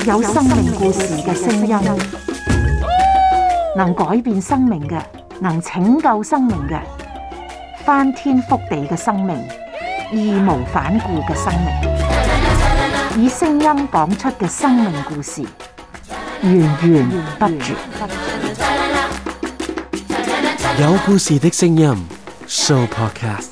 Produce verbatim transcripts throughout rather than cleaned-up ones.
有生命故事嘅聲音，能改變生命嘅，能拯救生命嘅，翻天覆地嘅生命，義無反顧嘅生命，以聲音講出嘅生命故事，源源不絕。 有故事的聲音 Show Podcast。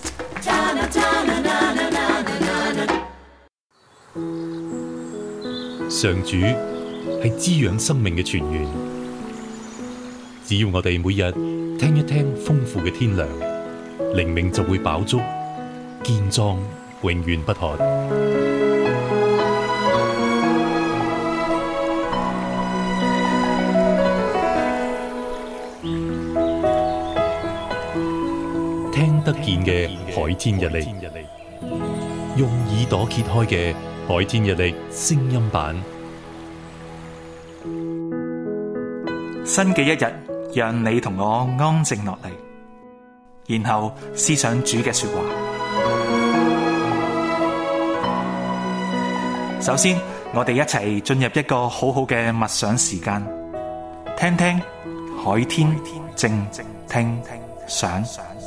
上主係滋養生命嘅泉源，只要我哋每日聽一聽豐富嘅天糧，靈命就會飽足，健壯永遠不渴。聽得見嘅海天日曆，用耳朵揭開嘅海天日曆聲音版。 新嘅一日，讓你同我安靜落嚟，然後思想主嘅說話。首先，我哋一齊進入一個好好嘅默想時間，聽聽海天靜聽想。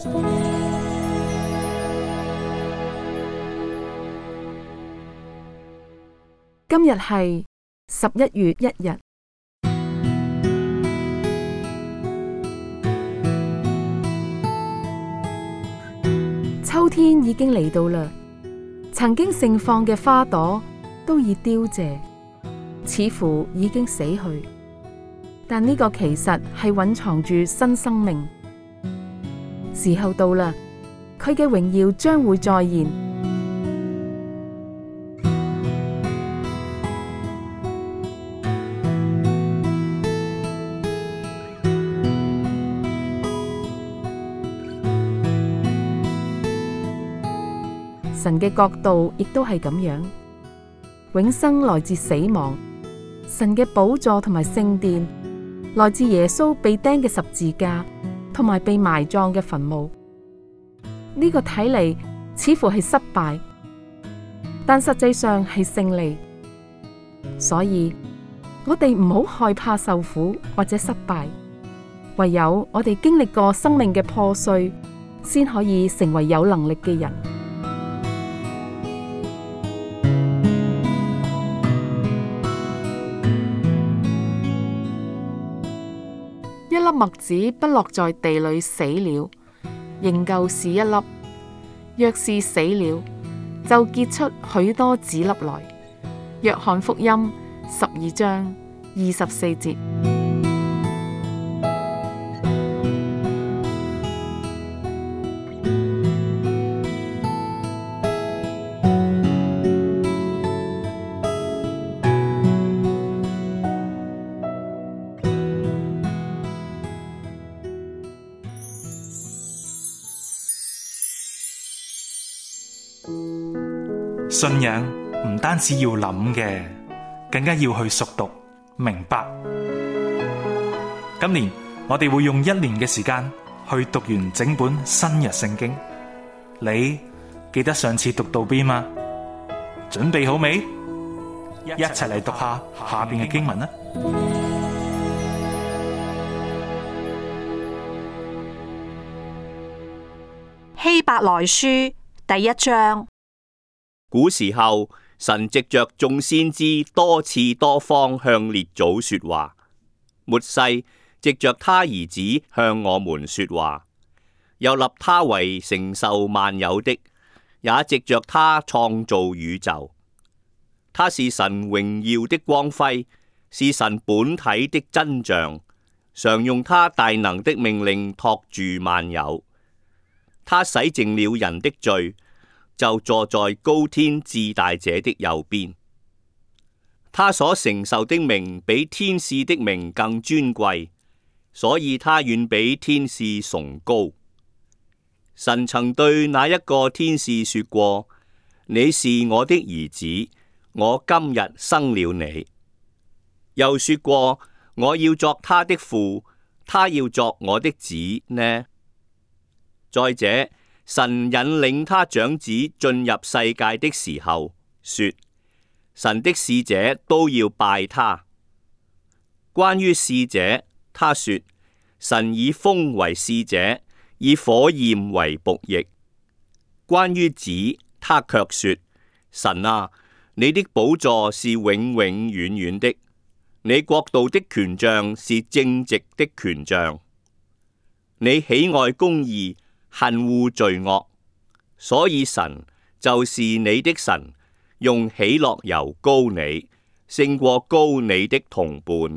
今日係十一月一日。秋天已經嚟到啦，曾經盛放嘅花朵都已凋謝，似乎已經死去。但呢個其實係蘊藏住新生命。時候到啦，佢嘅榮耀將會再現。神嘅國度亦都係咁樣，永生來自死亡，神嘅寶座同埋聖殿來自耶穌被釘嘅十字架同埋被埋葬嘅墳墓。呢個睇嚟似乎係失敗，但實際上係勝利。所以我哋唔好害怕受苦或者失敗，唯有我哋經歷過生命嘅破碎，先可以成為有能力嘅人。一粒麥子不落在地裏死了，仍舊是一粒；若是死了，就結出許多子粒來。約翰福音十二章二十四節。 信仰唔單止要諗嘅，更加要去熟讀明白。今年我哋會用一年嘅時間去讀完整本新約聖經。你記得上次讀到邊嗎？準備好未？一齊嚟讀下下邊嘅經文啦。 希伯來書第一章。 古時候，神藉着眾先知多次多方向列祖說話，末世藉着他兒子向我們說話，又立他為承受萬有的，也藉着他創造宇宙。他是神榮耀的光輝，是神本體的真像，常用他大能的命令托住萬有。他洗淨了人的罪，就坐在高天至大者的右邊。他所承受的名比天使的名更尊貴，所以他遠比天使崇高。神曾對那一個天使說過：你是我的兒子，我今日生了你。又說過：我要作他的父，他要作我的子呢？再者，神引領他長子進入世界的時候，說： 神的使者都要拜他。關於使者，他說：神以風為使者，以火焰為僕役。關於子，他卻說：神啊，你的寶座是永永遠遠的，你國度的權杖是正直的權杖。你喜愛公義，恨惡罪惡，所以神就是你的神，用喜樂油膏你，勝過膏你的同伴。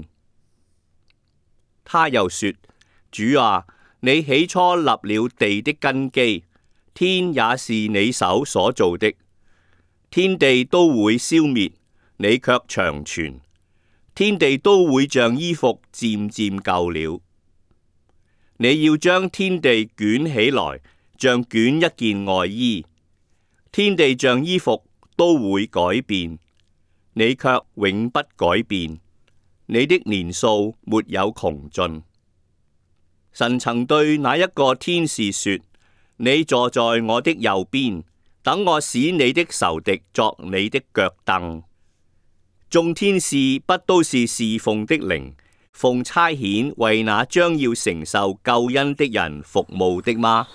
他又說：主啊，你起初立了地的根基，天也是你手所造的，天地都會消滅，你卻長存，天地都會像衣服漸漸舊了。你要將天地捲起來，像捲一件外衣，天地像衣服都會改變，你卻永不改變，你的年數沒有窮盡。神曾對那一個天使說：你坐在我的右邊，等我使你的仇敵作你的腳凳。眾天使不都是侍奉的靈，奉差遣為那將要承受救恩的人服務的嗎？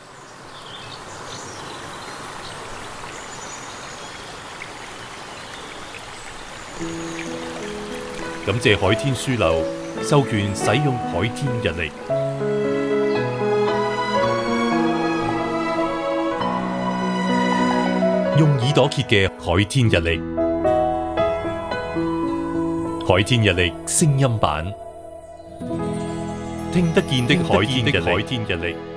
感謝海天書樓授權使用海天日曆，用耳朵揭嘅海天日曆，海天日曆聲音版，聽得見的海天日曆。